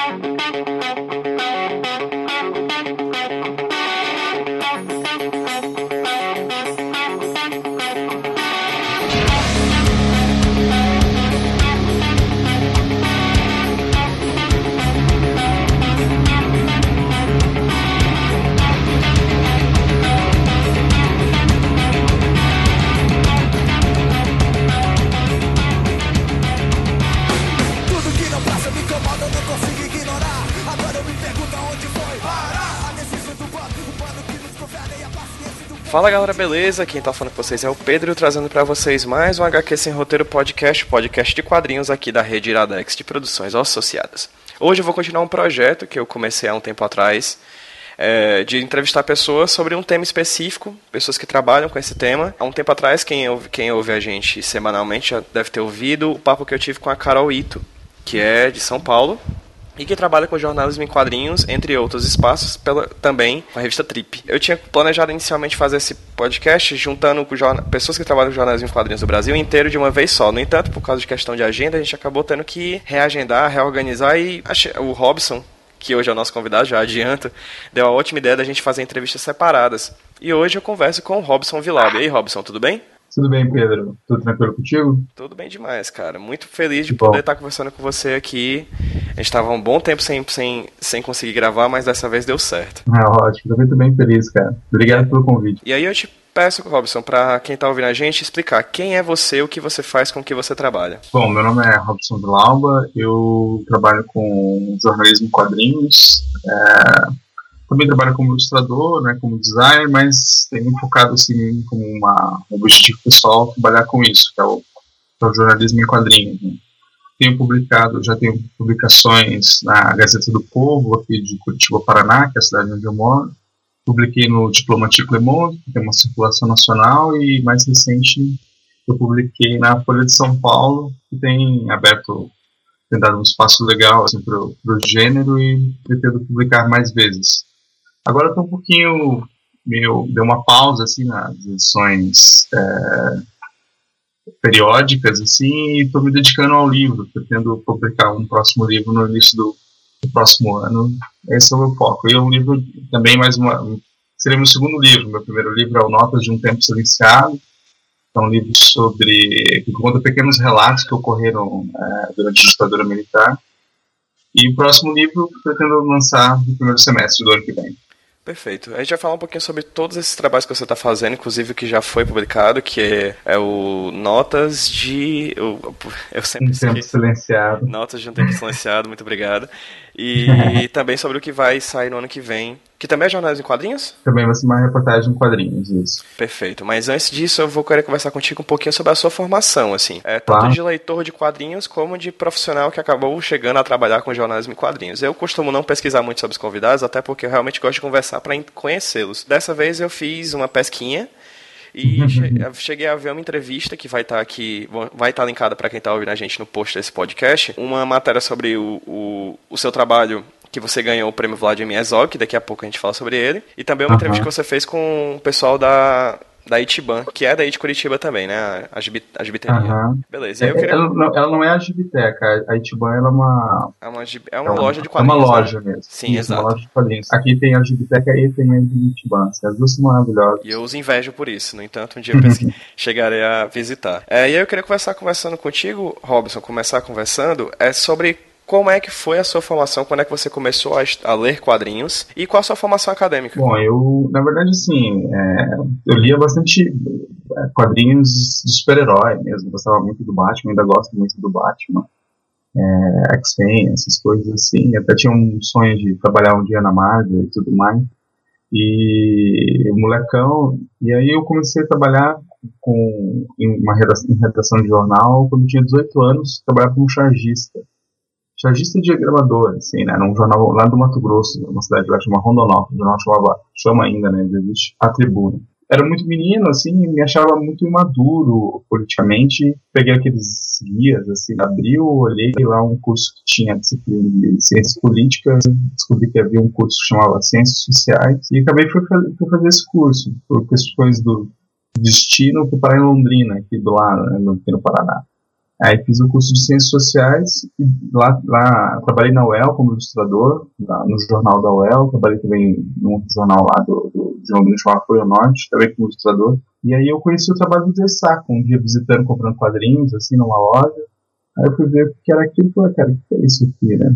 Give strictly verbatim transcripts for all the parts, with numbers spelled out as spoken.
Fala galera, beleza? Quem tá falando com vocês é o Pedro, trazendo pra vocês mais um H Q Sem Roteiro Podcast, podcast de quadrinhos aqui da rede Iradex de produções associadas. Hoje eu vou continuar um projeto que eu comecei há um tempo atrás, é, de entrevistar pessoas sobre um tema específico, pessoas que trabalham com esse tema. Há um tempo atrás, quem ouve, quem ouve a gente semanalmente já deve ter ouvido o papo que eu tive com a Carol Ito, que é de São Paulo, e que trabalha com jornalismo em quadrinhos, entre outros espaços, pela, também com a revista Trip. Eu tinha planejado inicialmente fazer esse podcast juntando com jorna- pessoas que trabalham com jornalismo em quadrinhos do Brasil inteiro de uma vez só. No entanto, por causa de questão de agenda, a gente acabou tendo que reagendar, reorganizar, e achei, o Robson, que hoje é o nosso convidado, já adianto, deu a ótima ideia da gente fazer entrevistas separadas. E hoje eu converso com o Robson Vilaub. E aí, Robson, tudo bem? Tudo bem, Pedro? Tudo tranquilo contigo? Tudo bem demais, cara. Muito feliz de poder estar conversando com você aqui. A gente estava um bom tempo sem, sem, sem conseguir gravar, mas dessa vez deu certo. Ah, ótimo. Eu tô bem feliz, cara. Obrigado pelo convite. E aí eu te peço, Robson, para quem está ouvindo a gente, explicar quem é você, o que você faz, com o que você trabalha. Bom, meu nome é Robson Vilauba. Eu trabalho com jornalismo em quadrinhos. É... Também trabalho como ilustrador, né, como designer, mas tenho focado assim, como uma, um objetivo pessoal trabalhar com isso, que é o, que é o jornalismo em quadrinhos. Né. Tenho publicado, já tenho publicações na Gazeta do Povo, aqui de Curitiba, Paraná, que é a cidade onde eu moro. Publiquei no Diplomatique Le Monde, que tem uma circulação nacional, e mais recente eu publiquei na Folha de São Paulo, que tem aberto, tem dado um espaço legal assim, para o gênero, e pretendo publicar mais vezes. Agora estou um pouquinho, meio, deu uma pausa assim nas edições é, periódicas assim, e estou me dedicando ao livro. Pretendo publicar um próximo livro no início do, do próximo ano. Esse é o meu foco. E é um livro também mais uma, seria meu segundo livro. Meu primeiro livro é o Notas de um Tempo Silenciado. É um livro sobre que conta pequenos relatos que ocorreram é, durante a ditadura militar. E o próximo livro pretendo lançar no primeiro semestre do ano que vem. Perfeito. A gente vai falar um pouquinho sobre todos esses trabalhos que você está fazendo, inclusive o que já foi publicado, que é, é o Notas de... Eu, eu sempre um Tempo Silenciado. Notas de um Tempo Silenciado, muito obrigado. E também sobre o que vai sair no ano que vem, que também é jornalismo em quadrinhos? Também vai ser uma reportagem em quadrinhos, isso. Perfeito. Mas antes disso, eu vou querer conversar contigo um pouquinho sobre a sua formação, assim. É, tanto Claro. De leitor de quadrinhos, como de profissional que acabou chegando a trabalhar com jornalismo em quadrinhos. Eu costumo não pesquisar muito sobre os convidados, até porque eu realmente gosto de conversar para conhecê-los. Dessa vez eu fiz uma pesquinha e cheguei a ver uma entrevista que vai estar aqui, vai estar linkada para quem está ouvindo a gente no post desse podcast, uma matéria sobre o, o, o seu trabalho, que você ganhou o prêmio Vladimir Herzog, que daqui a pouco a gente fala sobre ele, e também uma uhum. entrevista que você fez com o pessoal da, da Itiban, que é daí de Curitiba também, né, a, Gibi, a Gibiteria. Uhum. Beleza. Eu queria... ela, não, ela não é a Gibiteca, a Itiban ela é uma... É uma, é uma é loja de quadrinhos. É uma loja, né? Mesmo. Sim, Isso, exato. Uma loja de quadrinhos. Aqui tem a Gibiteca e tem a Itiban, as duas são maravilhosas. E eu os invejo por isso, no entanto, um dia eu pensei, chegarei a visitar. É, e aí eu queria conversar conversando contigo, Robson, começar conversando, é sobre... Como é que foi a sua formação? Quando é que você começou a, a ler quadrinhos? E qual a sua formação acadêmica? Bom, eu, na verdade, assim, é, eu lia bastante quadrinhos de super-herói mesmo. Gostava muito do Batman, ainda gosto muito do Batman. É, X-Men, essas coisas assim. Até tinha um sonho de trabalhar um dia na Marvel e tudo mais. E molecão, e aí eu comecei a trabalhar com, em uma redação, em redação de jornal quando eu tinha dezoito anos, trabalhar como chargista. Chargista diagramador, assim, né, num jornal lá do Mato Grosso, uma cidade lá chamada Rondonópolis, o jornal chamava, chama ainda, né, existe a Tribuna. Era muito menino, assim, me achava muito imaduro politicamente, peguei aqueles guias, assim, abriu, olhei lá um curso que tinha disciplina de ciências políticas, descobri que havia um curso que chamava Ciências Sociais, e acabei fui fazer, fui fazer esse curso, por questões do destino, fui parar em Londrina, aqui do lado, né, aqui no Paraná. Aí fiz o curso de Ciências Sociais, e lá, lá trabalhei na U E L como ilustrador, lá no jornal da U E L, trabalhei também num jornal lá do, do, de um chamado Folha Norte, também como ilustrador. E aí eu conheci o trabalho do Zé Saco, um dia visitando, comprando quadrinhos, assim, numa loja. Aí eu fui ver o que era aquilo e falei, cara, o que é isso aqui, né?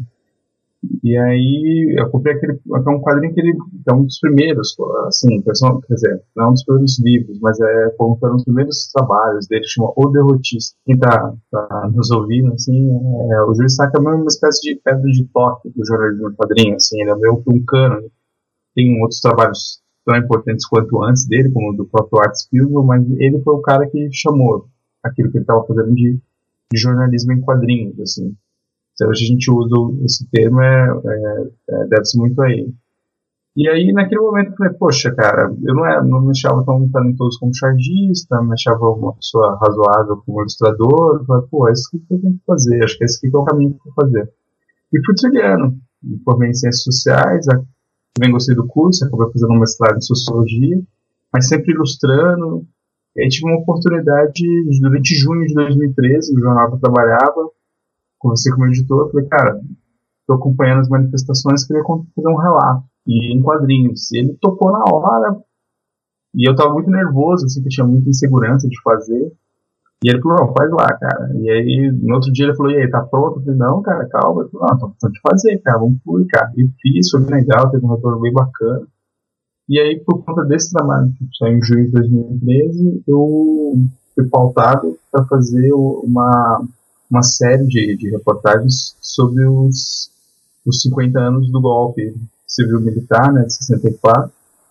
E aí eu comprei aquele, é um quadrinho que ele é um dos primeiros, assim, quer dizer, não é um dos primeiros livros, mas é como um dos primeiros trabalhos dele, chama O Derrotista. Quem tá, tá nos ouvindo, assim, é, o Júlio Saca é uma espécie de pedra de toque do jornalismo em quadrinho, assim, ele é meio que um cano. Tem outros trabalhos tão importantes quanto antes dele, como o do próprio Art Spiegelman, mas ele foi o cara que chamou aquilo que ele estava fazendo de, de jornalismo em quadrinhos, assim. Se hoje a gente usa esse termo, é, é, é, deve-se muito a ele. E aí, naquele momento, eu falei, poxa, cara, eu não, é, não me achava tão talentoso como chargista, me achava uma pessoa razoável como ilustrador. Eu falei, pô, é isso que eu tenho que fazer, acho que esse aqui é o caminho que eu vou fazer. E fui trilhando, me formei em Ciências Sociais, também gostei do curso, acabei fazendo um mestrado em Sociologia, mas sempre ilustrando. E aí tive uma oportunidade, durante junho de dois mil e treze, no jornal que eu trabalhava, conversei com o meu editor, falei, cara, estou acompanhando as manifestações, queria fazer um relato, e em quadrinhos. E ele topou na hora, e eu estava muito nervoso, assim, que eu tinha muita insegurança de fazer. E ele falou, não, faz lá, cara. E aí, no outro dia ele falou, e aí, tá pronto? Eu falei, não, cara, calma. Eu falei, não, tô precisando de fazer, cara, vamos publicar. E fiz, foi bem legal, teve um retorno bem bacana. E aí, por conta desse trabalho, que saiu em junho de dois mil e treze, eu fui pautado para fazer uma... uma série de, de reportagens sobre os, os cinquenta anos do golpe civil-militar, né, de sessenta e quatro,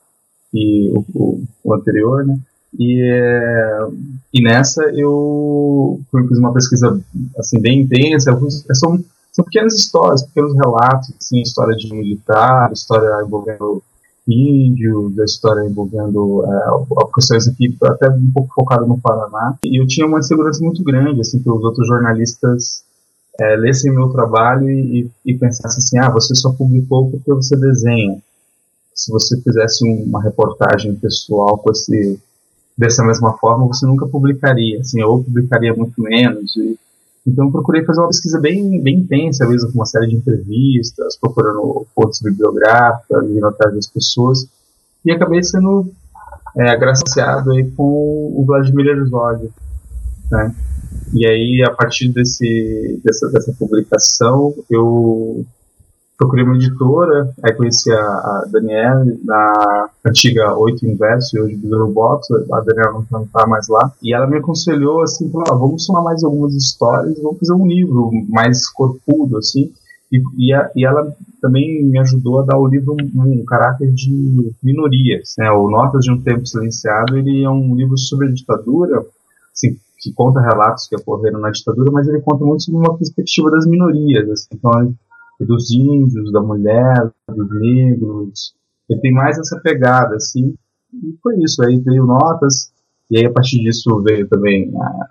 e o, o, o anterior, né, e, é, e nessa eu fiz uma pesquisa assim, bem intensa. São, são pequenas histórias, pequenos relatos, assim, história de militar, história envolvendo índios, a história envolvendo é, questões aqui até um pouco focado no Paraná, e eu tinha uma insegurança muito grande, assim, que os outros jornalistas é, lessem meu trabalho e, e pensassem assim, ah, você só publicou porque você desenha. Se você fizesse uma reportagem pessoal com esse, dessa mesma forma, você nunca publicaria, assim, ou publicaria muito menos. E, então eu procurei fazer uma pesquisa bem, bem intensa, mesmo com uma série de entrevistas, procurando fontes bibliográficas, indo atrás das pessoas, e acabei sendo é, agraciado aí com o Vladimir Herzog, né? E aí, a partir desse, dessa, dessa publicação, eu procurei uma editora, aí conheci a, a Daniela na antiga Oito Inverso, e hoje do Zero Box. A Daniela não está mais lá, e ela me aconselhou assim, falou, ah, vamos somar mais algumas histórias, vamos fazer um livro mais corpudo, assim, e, e, a, e ela também me ajudou a dar ao livro um, um caráter de minorias, né? O Notas de um Tempo Silenciado, ele é um livro sobre a ditadura, assim, que conta relatos que ocorreram na ditadura, mas ele conta muito sobre uma perspectiva das minorias, assim, então, dos índios, da mulher, dos negros. Ele tem mais essa pegada, assim, e foi isso. Aí veio Notas, e aí a partir disso veio também a,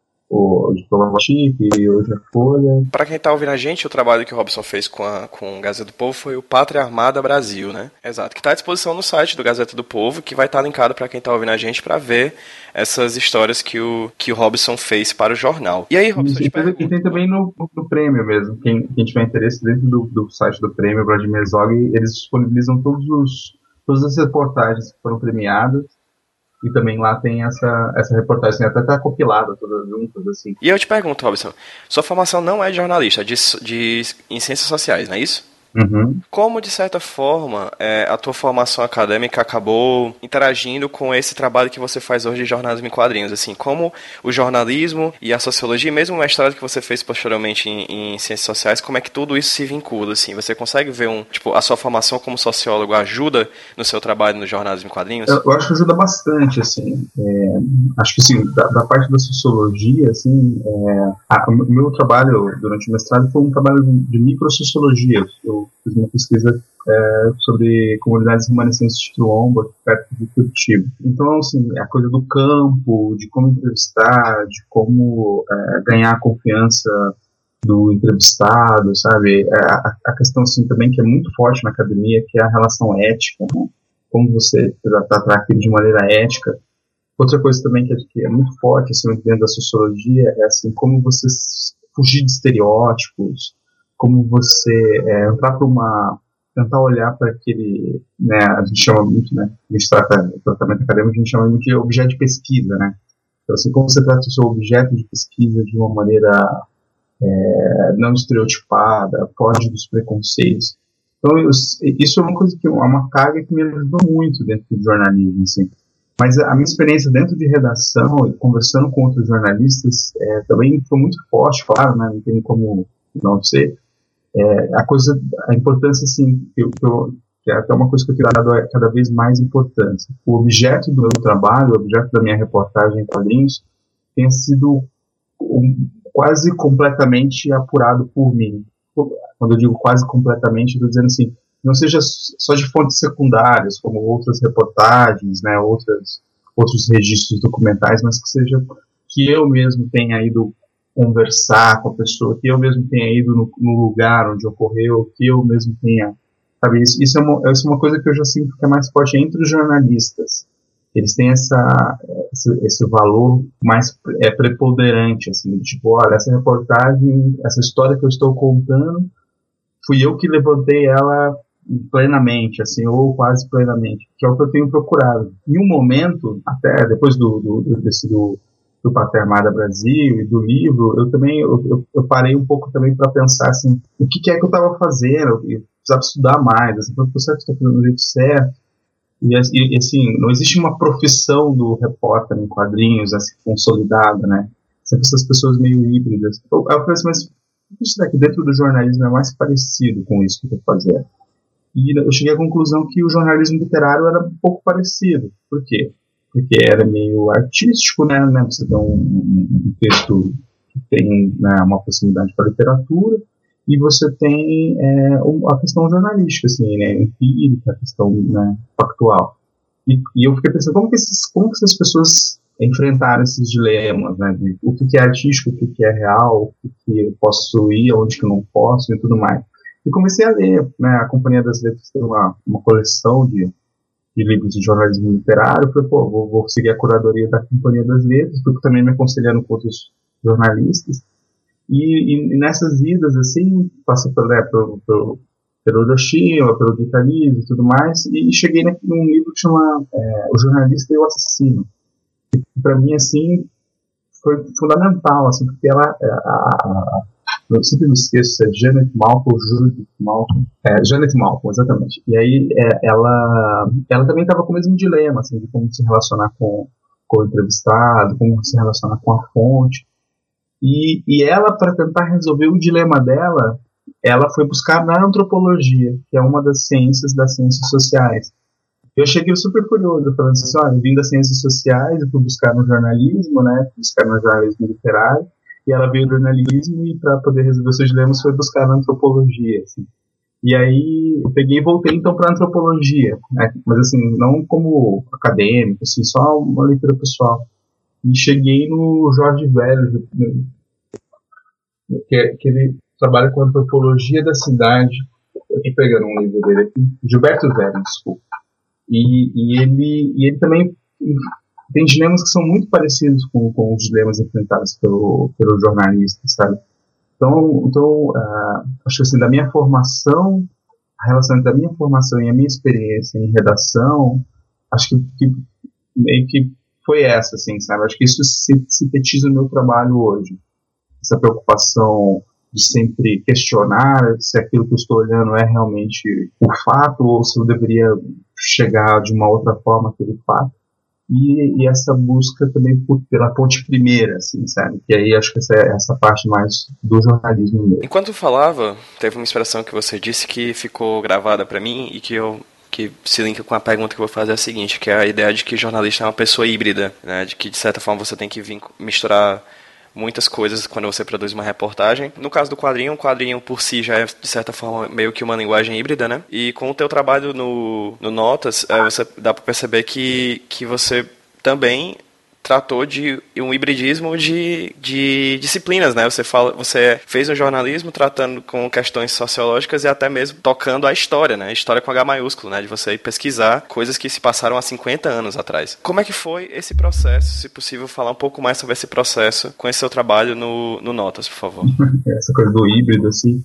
o Diploma Chip, e hoje a Folha. Para quem tá ouvindo a gente, o trabalho que o Robson fez com, a, com o Gazeta do Povo foi o Pátria Armada Brasil, né? Exato, que tá à disposição no site do Gazeta do Povo, que vai estar tá linkado para quem tá ouvindo a gente para ver essas histórias que o, que o Robson fez para o jornal. E aí, Robson, e, te pergunto... e tem também no, no Prêmio mesmo, quem, quem tiver interesse dentro do, do site do Prêmio, Vladimir Herzog, eles disponibilizam todos os, todas as reportagens que foram premiadas. E também lá tem essa, essa reportagem, até tá compilada todas juntas, assim. E eu te pergunto, Robson, sua formação não é de jornalista, é de, de, em ciências sociais, não é isso? Uhum. Como, de certa forma, é, a tua formação acadêmica acabou interagindo com esse trabalho que você faz hoje de jornalismo em quadrinhos? Assim, como o jornalismo e a sociologia, e mesmo o mestrado que você fez posteriormente em, em ciências sociais, como é que tudo isso se vincula? Assim? Você consegue ver um, tipo, a sua formação como sociólogo ajuda no seu trabalho no jornalismo em quadrinhos? Eu, eu acho que ajuda bastante, assim. É, acho que, sim, da, da parte da sociologia, assim, é, a, o meu trabalho durante o mestrado foi um trabalho de microsociologia. Eu fiz uma pesquisa é, sobre comunidades remanescentes de Quilombo, perto de Curitiba. Então, assim, a coisa do campo, de como entrevistar, de como é, ganhar a confiança do entrevistado, sabe? A, a questão, assim, também que é muito forte na academia, que é a relação ética, né? Como você tratar aquilo de maneira ética, Outra coisa também que, que é muito forte assim, dentro da sociologia é assim, como você fugir de estereótipos, como você é, entrar para uma... tentar olhar para aquele... Né, a gente chama muito, né, a gente trata o tratamento acadêmico, a gente chama muito de objeto de pesquisa, né? Então, assim, como você trata o seu objeto de pesquisa de uma maneira é, não estereotipada, foge dos preconceitos. Então, eu, isso é uma coisa que é uma carga que me ajudou muito dentro do jornalismo, assim. Mas a minha experiência dentro de redação e conversando com outros jornalistas é, também foi muito forte, claro, né, não tem como não ser. É, a coisa, a importância, assim, que, eu, que, eu, que é até uma coisa que eu tenho dado é cada vez mais importância. O objeto do meu trabalho, o objeto da minha reportagem em quadrinhos, tem sido um, quase completamente apurado por mim. Quando eu digo quase completamente, estou dizendo assim, não seja só de fontes secundárias, como outras reportagens, né, outras, outros registros documentais, mas que seja que eu mesmo tenha ido conversar com a pessoa, que eu mesmo tenha ido no, no lugar onde ocorreu, que eu mesmo tenha... Sabe, isso, isso, é uma, isso é uma coisa que eu já sinto que é mais forte entre os jornalistas. Eles têm essa, esse, esse valor mais é, preponderante, assim, tipo, olha, essa reportagem, essa história que eu estou contando, fui eu que levantei ela plenamente, assim, ou quase plenamente, que é o que eu tenho procurado. Em um momento, até depois do, do, desse, do, do Pátria Amada Brasil e do livro, eu também, eu, eu, eu parei um pouco também para pensar, assim, o que, que é que eu estava fazendo, eu precisava estudar mais, assim, o certo estou fazendo do jeito certo, e, e assim, não existe uma profissão do repórter em quadrinhos, assim, consolidada, né, sempre essas pessoas meio híbridas. Eu, eu penso, mas isso daqui dentro do jornalismo é mais parecido com isso que eu estou fazendo. E eu cheguei à conclusão que o jornalismo literário era um pouco parecido. Por quê? Porque era meio artístico, né? né? Você tem um, um texto que tem, né, uma proximidade para a literatura, e você tem é, a questão jornalística, assim, né, empírica, a questão, né, factual. E, e eu fiquei pensando, como que, esses, como que essas pessoas enfrentaram esses dilemas, né, de o que é artístico, o que é real, o que eu posso ir, onde que eu não posso e tudo mais. E comecei a ler, né, a Companhia das Letras tem uma, uma coleção de, de livros de jornalismo literário. Eu falei, pô, vou, vou seguir a curadoria da Companhia das Letras, porque também me aconselhando com outros jornalistas. E, e, e nessas idas, assim, passei pelo, né, pelo, pelo, pelo Hiroshima, pelo Guitariz e tudo mais, e, e cheguei num livro que chama é, O Jornalista e o Assassino. Que, para mim, assim, foi fundamental, assim, porque ela... A, a, eu sempre me esqueço se é Janet Malcolm ou Judith Malcolm. É, Janet Malcolm, exatamente. E aí é, ela, ela também estava com o mesmo dilema, assim, de como se relacionar com, com o entrevistado, como se relacionar com a fonte. E, e ela, para tentar resolver o dilema dela, ela foi buscar na antropologia, que é uma das ciências das ciências sociais. Eu achei aquilo super curioso, falando assim, olha, eu vim das ciências sociais, eu fui buscar no jornalismo, né, fui buscar no jornalismo literário, e ela veio do jornalismo e, para poder resolver seus dilemas, foi buscar na antropologia, assim. E aí eu peguei e voltei então para antropologia, né? Mas assim, não como acadêmico, assim, só uma leitura pessoal. E cheguei no Jorge Vélez, que, que ele trabalha com antropologia da cidade. Eu estou pegando um livro dele aqui, Gilberto Vélez, desculpa. E, e, ele, e ele também tem dilemas que são muito parecidos com, com os dilemas enfrentados pelo, pelo jornalista, sabe? Então, então uh, acho que assim, da minha formação, a relação da minha formação e a minha experiência em redação, acho que, que meio que foi essa, assim, sabe? Acho que isso sintetiza o meu trabalho hoje. Essa preocupação de sempre questionar se aquilo que eu estou olhando é realmente o fato ou se eu deveria chegar de uma outra forma aquele fato. E, e essa busca também por, pela ponte primeira, assim, sabe? Que aí acho que essa é essa parte mais do jornalismo mesmo. Enquanto falava, teve uma expressão que você disse que ficou gravada para mim e que eu que se linka com a pergunta que eu vou fazer é a seguinte, que é a ideia de que jornalista é uma pessoa híbrida, né? De que de certa forma você tem que vir, misturar muitas coisas quando você produz uma reportagem. No caso do quadrinho, o quadrinho por si já é, de certa forma, meio que uma linguagem híbrida, né? E com o teu trabalho no, no Notas, é, você dá para perceber que, que você também tratou de um hibridismo de, de disciplinas, né? Você, fala, você fez um jornalismo tratando com questões sociológicas e até mesmo tocando a história, né? História com H maiúsculo, né? De você pesquisar coisas que se passaram há cinquenta anos atrás. Como é que foi esse processo? Se possível, falar um pouco mais sobre esse processo com esse seu trabalho no, no Notas, por favor. Essa coisa do híbrido, assim,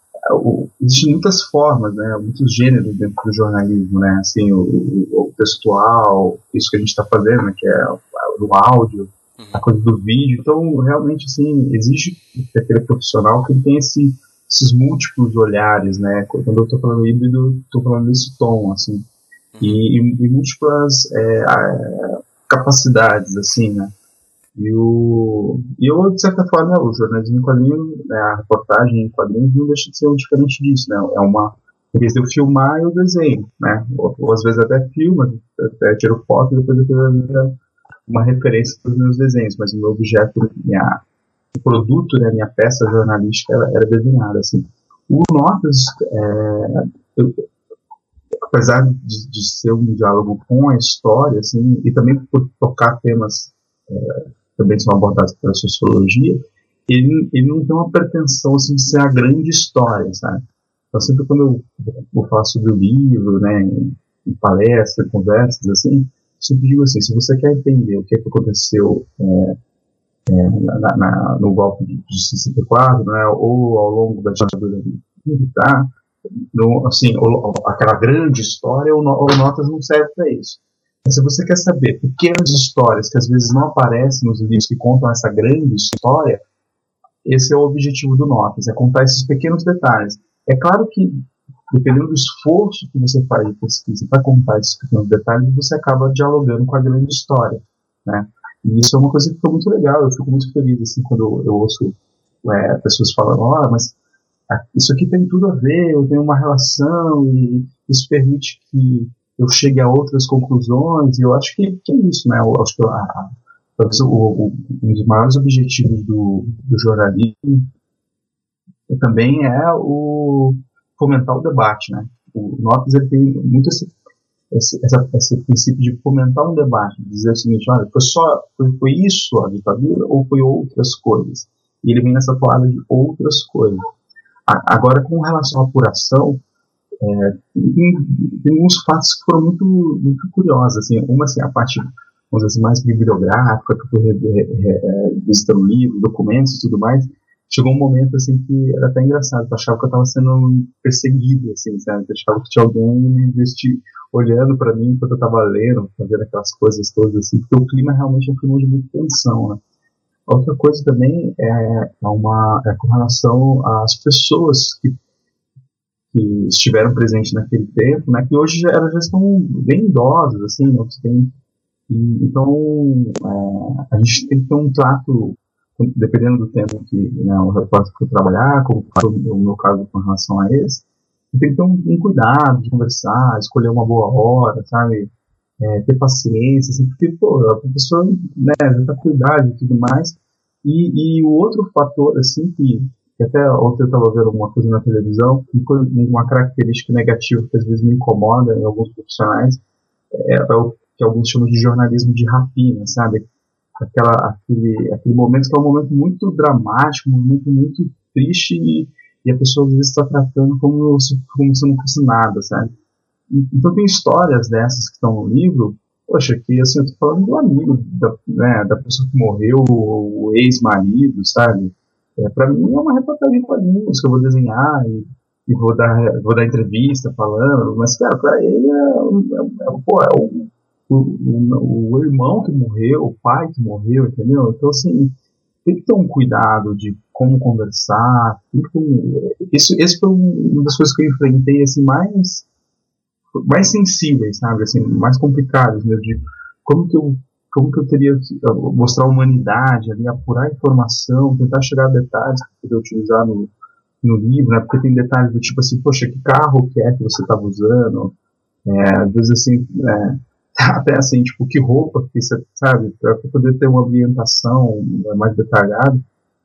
existem muitas formas, né, muitos gêneros dentro do jornalismo, né, assim, o, o textual, isso que a gente está fazendo, né, que é o, o áudio, uhum. a coisa do vídeo. Então, realmente, assim, exige que aquele profissional que ele tem esse, esses múltiplos olhares, né, quando eu estou falando híbrido, estou falando desse tom, assim, uhum. e, e, e múltiplas é, capacidades, assim, né. E, o, e eu, de certa forma, o jornalismo em quadrinhos, né, a reportagem em quadrinhos não deixa de ser um diferente disso, né? É uma, em vez de eu filmar, eu desenho, né? Ou, ou às vezes até filmo, até tiro foto e depois eu tenho uma referência para os meus desenhos, mas o meu objeto, minha, o produto, né, minha peça jornalística era, era desenhada, assim. O Notas, é, eu, apesar de, de ser um diálogo com a história, assim, e também por tocar temas é, também são abordados pela sociologia, ele, ele não tem uma pretensão assim, de ser a grande história, sabe? Então, sempre quando eu vou falar sobre o livro, né, em, em palestras, conversas, assim, eu sempre digo assim, se você quer entender o que, é que aconteceu é, é, na, na, no golpe de sessenta e quatro, né, ou ao longo da ditadura militar, no, assim, o, aquela grande história, o, o Notas não serve para isso. Se você quer saber pequenas histórias que às vezes não aparecem nos livros que contam essa grande história, esse é o objetivo do Notas, é contar esses pequenos detalhes. É claro que, dependendo do esforço que você faz de pesquisa para contar esses pequenos detalhes, você acaba dialogando com a grande história, né? E isso é uma coisa que ficou muito legal, eu fico muito feliz assim, quando eu, eu ouço é, pessoas falando, oh, mas isso aqui tem tudo a ver, eu tenho uma relação e isso permite que eu chegue a outras conclusões, e eu acho que, que é isso, né? Eu acho que a, a, o, o, um dos maiores objetivos do, do jornalismo também é o fomentar o debate, né? O Notas ele tem muito esse, esse, essa, esse princípio de fomentar um debate, de dizer o seguinte, olha, foi só foi, foi isso a ditadura ou foi outras coisas? E ele vem nessa toada de outras coisas. A, agora, com relação à apuração, É, tem, tem uns fatos que foram muito, muito curiosos, assim, uma assim, a parte, vamos dizer assim, mais bibliográfica, que eu fui visitando livros, documentos e tudo mais, chegou um momento assim que era até engraçado, eu achava que eu estava sendo perseguido, assim, sabe? Eu achava que tinha alguém vesti, olhando para mim enquanto eu estava lendo, fazendo aquelas coisas todas, assim, porque o clima realmente é um clima de muita tensão, né? Outra coisa também é, uma, é com relação às pessoas que que estiveram presentes naquele tempo, né, que hoje já, elas já estão bem idosas, assim, né, tem, e, então é, a gente tem que ter um trato, dependendo do tempo que, né, o repórter for trabalhar, como o meu caso com relação a esse, tem que ter um, um cuidado de conversar, escolher uma boa hora, sabe, é, ter paciência, assim, porque, pô, a pessoa, né, já tá com idade e tudo mais, e, e o outro fator, assim, que que até ontem eu estava vendo alguma coisa na televisão, uma característica negativa que às vezes me incomoda em alguns profissionais, é, é o que alguns chamam de jornalismo de rapina, sabe? Aquela, aquele, aquele momento que é um momento muito dramático, um momento muito triste e, e a pessoa às vezes está tratando como se, como se não fosse nada, sabe? E, então tem histórias dessas que estão no livro, poxa, que assim, eu tô falando do amigo, da, né, da pessoa que morreu, o ex-marido, sabe? É, para mim é uma reportagem de quadrinhos que eu vou desenhar e, e vou, dar, vou dar entrevista falando, mas cara, para ele é, é, é, pô, é o, o, o, o irmão que morreu, o pai que morreu, entendeu? Então assim, tem que ter um cuidado de como conversar, tem que ter um, esse, esse foi uma das coisas que eu enfrentei assim, mais, mais sensíveis, sabe, assim, mais complicadas mesmo, de como que eu como que eu teria mostrar a humanidade ali, apurar informação, tentar chegar a detalhes para poder utilizar no, no livro, né? Porque tem detalhes do tipo assim, poxa, que carro que é que você estava usando, é, às vezes assim, é, até assim, tipo, que roupa que você, sabe, para poder ter uma ambientação mais detalhada.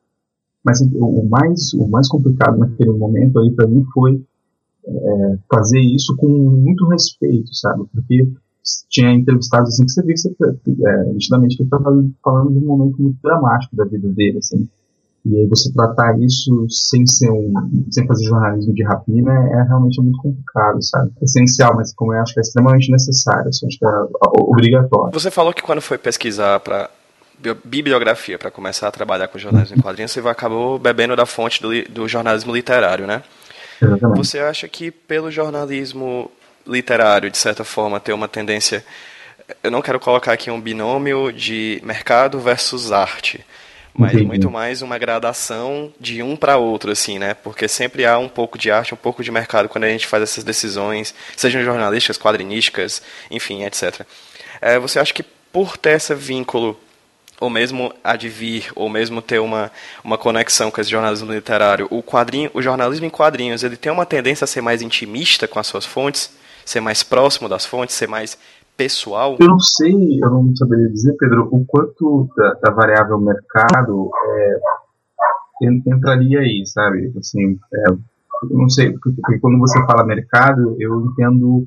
Mas o mais, o mais complicado naquele momento ali para mim foi é, fazer isso com muito respeito, sabe, porque tinha entrevistados assim que você via que você, é, nitidamente que ele estava falando de um momento muito dramático da vida dele, assim. E aí você tratar isso sem ser um, sem fazer jornalismo de rapina é, é realmente muito complicado, sabe? É essencial, mas como eu acho que é extremamente necessário, assim, acho que é obrigatório. Você falou que quando foi pesquisar para bibliografia, para começar a trabalhar com jornalismo em quadrinhos, você acabou bebendo da fonte do, do jornalismo literário, né? Exatamente. Você acha que pelo jornalismo literário, de certa forma, ter uma tendência... Eu não quero colocar aqui um binômio de mercado versus arte, mas Entendi. muito mais uma gradação de um para outro, assim, né? Porque sempre há um pouco de arte, um pouco de mercado quando a gente faz essas decisões, sejam jornalísticas, quadrinísticas, enfim, etcétera. É, você acha que por ter esse vínculo, ou mesmo advir, ou mesmo ter uma, uma conexão com esse jornalismo literário, o, quadrinho, o jornalismo em quadrinhos, ele tem uma tendência a ser mais intimista com as suas fontes, ser mais próximo das fontes, ser mais pessoal? Eu não sei, eu não saberia dizer, Pedro, o quanto da, da variável mercado é, entraria aí, sabe? Assim, é, eu não sei, porque, porque quando você fala mercado, eu entendo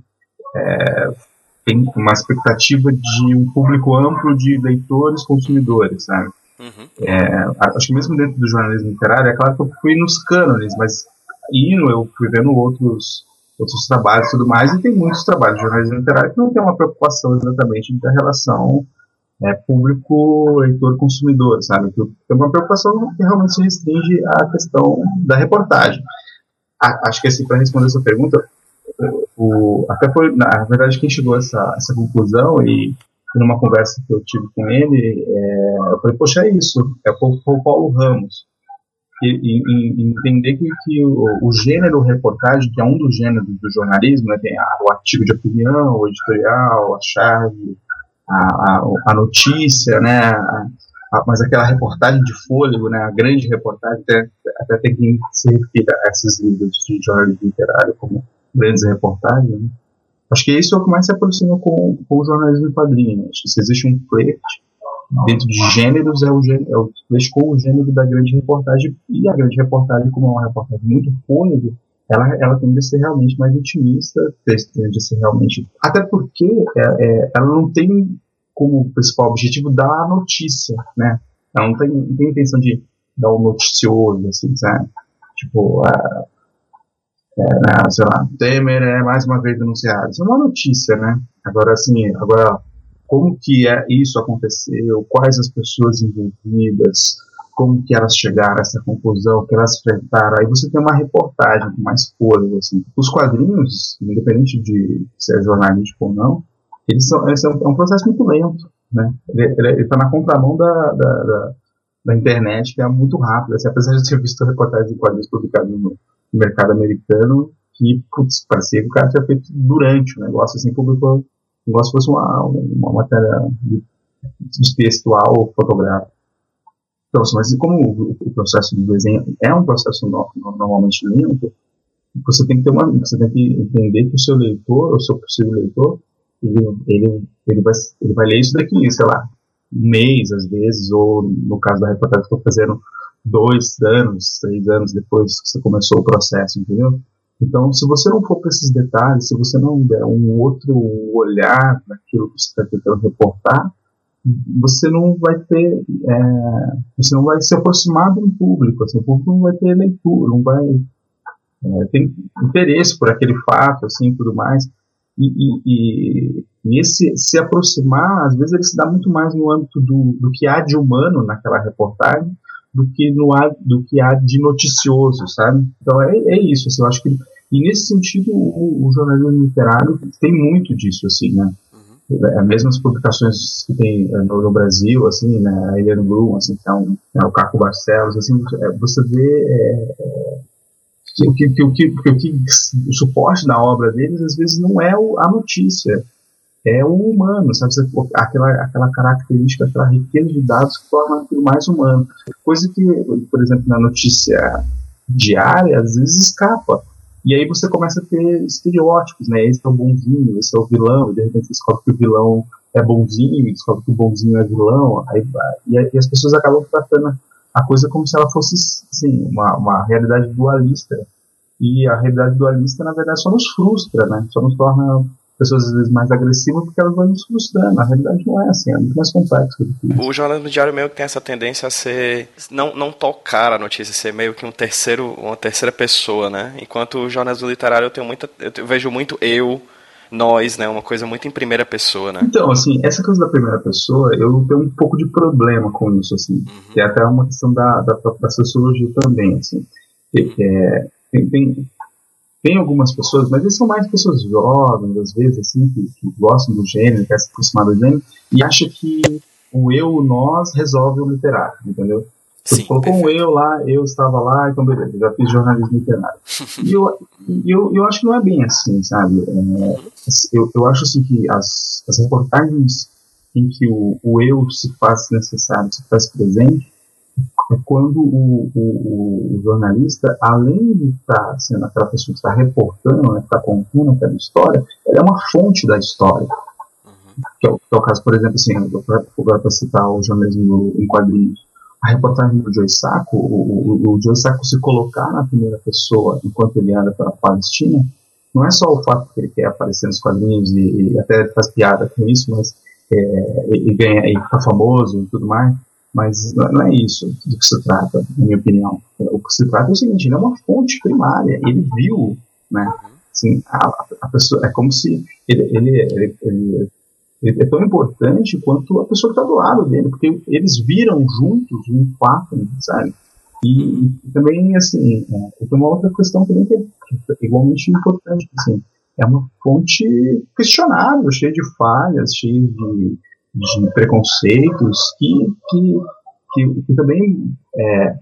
é, tem uma expectativa de um público amplo de leitores, consumidores, sabe? Uhum. É, acho que mesmo dentro do jornalismo literário, é claro que eu fui nos cânones, mas indo, eu fui vendo outros outros trabalhos e tudo mais, e tem muitos trabalhos de jornalismo literário que não tem uma preocupação exatamente da relação é, público-leitor-consumidor, sabe? Tem uma preocupação que realmente se restringe à questão da reportagem. A, acho que, assim, para responder essa pergunta, o, até foi, na verdade, quem chegou a essa, essa conclusão, e numa conversa que eu tive com ele, é, eu falei, poxa, é isso, é o, o Paulo Ramos. E, e, e entender que, que o, o gênero reportagem, que é um dos gêneros do jornalismo, né, tem a, o artigo de opinião, o editorial, a charge, a, a, a notícia, né, a, a, mas aquela reportagem de fôlego, né, a grande reportagem, até, até tem quem se refira a esses livros de jornalismo literário como grandes reportagens. Né. Acho que isso é o que mais se aproxima com, com o jornalismo em quadrinhos. Acho que se existe um flerte dentro de gêneros, é o, é o com o gênero da grande reportagem, e a grande reportagem, como é uma reportagem muito fôlego, ela, ela tende a ser realmente mais intimista, tende a ser realmente... Até porque é, é, ela não tem como principal objetivo dar a notícia, né? Ela não tem, não tem intenção de dar um noticioso, assim, sabe? Tipo, é, é, sei lá, Temer é mais uma vez denunciado. Isso é uma notícia, né? Agora, assim, agora... como que é, isso aconteceu, quais as pessoas envolvidas, como que elas chegaram a essa conclusão, que elas enfrentaram. Aí você tem uma reportagem com mais fôlego, assim. Os quadrinhos, independente de se é jornalístico ou não, eles são, eles são, é um processo muito lento, né? Ele está na contramão da, da, da, da internet, que é muito rápido. Assim, apesar de eu ter visto reportagens de quadrinhos publicados no mercado americano, que, putz, parecia que o cara tinha feito durante o negócio, assim, publicou igual se fosse uma, uma matéria de, de textual ou fotográfica. Então, mas como o, o processo de desenho é um processo no, no, normalmente lento, você tem que ter uma, você tem que entender que o seu leitor, o seu possível leitor, ele, ele, ele, vai, ele vai ler isso daqui, sei lá, um mês às vezes, ou no caso da reportagem que eu estou fazendo, dois anos, três anos depois que você começou o processo, entendeu? Então, se você não for para esses detalhes, se você não der um outro olhar naquilo que você está tentando reportar, você não vai ter, é, você não vai se aproximar do público, assim, o público não vai ter leitura, não vai é, ter interesse por aquele fato, assim, tudo mais. E, e, e, e esse se aproximar, às vezes, ele se dá muito mais no âmbito do, do que há de humano naquela reportagem, do que, no, do que há de noticioso, sabe? Então é, é isso, assim, eu acho que, e nesse sentido o, o jornalismo literário tem muito disso, assim, né? Uhum. É, mesmo as publicações que tem no, no Brasil, assim, né, a Eliane Blum, assim, que é, um, é o Caco Barcelos, assim, é, você vê é, é, que, que, que, que, que, que o suporte da obra deles, às vezes, não é o, a notícia, é o humano, sabe? Aquela, aquela característica, aquela riqueza de dados que torna aquilo mais humano. Coisa que, por exemplo, na notícia diária, às vezes escapa. E aí você começa a ter estereótipos, né? Esse é o bonzinho, esse é o vilão, e de repente você descobre que o vilão é bonzinho, e descobre que o bonzinho é vilão, aí, e, e as pessoas acabam tratando a coisa como se ela fosse, assim, uma, uma realidade dualista. E a realidade dualista, na verdade, só nos frustra, né? Só nos torna pessoas às vezes mais agressivas porque elas vão nos frustrando. Na realidade não é assim, é muito mais complexo do que isso. O jornalismo diário meio que tem essa tendência a ser, não, não tocar a notícia, ser meio que um terceiro, uma terceira pessoa, né? Enquanto o jornalismo literário eu tenho muita, eu vejo muito eu, nós, né? Uma coisa muito em primeira pessoa, né? Então, assim, essa coisa da primeira pessoa, eu tenho um pouco de problema com isso, assim, uhum. que é até uma questão da, da, da sociologia também, assim, que, é, tem, tem, tem algumas pessoas, mas eles são mais pessoas jovens, às vezes, assim, que, que gostam do gênero, querem se aproximar do gênero, e acham que o eu, o nós, resolve o literário, entendeu? Você colocou um eu lá, eu estava lá, então beleza, já fiz jornalismo literário. E eu, eu, eu acho que não é bem assim, sabe? É, eu, eu acho assim que as, as reportagens em que o, o eu se faz necessário, se faz presente, é quando o, o, o jornalista, além de estar sendo aquela pessoa que está reportando, né, que está contando aquela história, ela é uma fonte da história. Que é, o, que é o caso, por exemplo, assim, agora para citar o jornalismo em quadrinhos, a reportagem do Joe Sacco, o, o, o Joe Sacco se colocar na primeira pessoa enquanto ele anda pela Palestina, não é só o fato que ele quer aparecer nos quadrinhos e, e até faz piada com isso, mas é, e ganha e fica famoso e tudo mais, mas não é isso do que se trata, na minha opinião. O que se trata é o seguinte, ele é uma fonte primária, ele viu, né? Assim, a, a pessoa, é como se ele, ele, ele, ele é tão importante quanto a pessoa que está do lado dele, porque eles viram juntos um fato, sabe? E, e também, assim, é, tem uma outra questão também que é, que é igualmente importante, assim, é uma fonte questionável, cheia de falhas, cheia de, de preconceitos, que, que, que, que também é,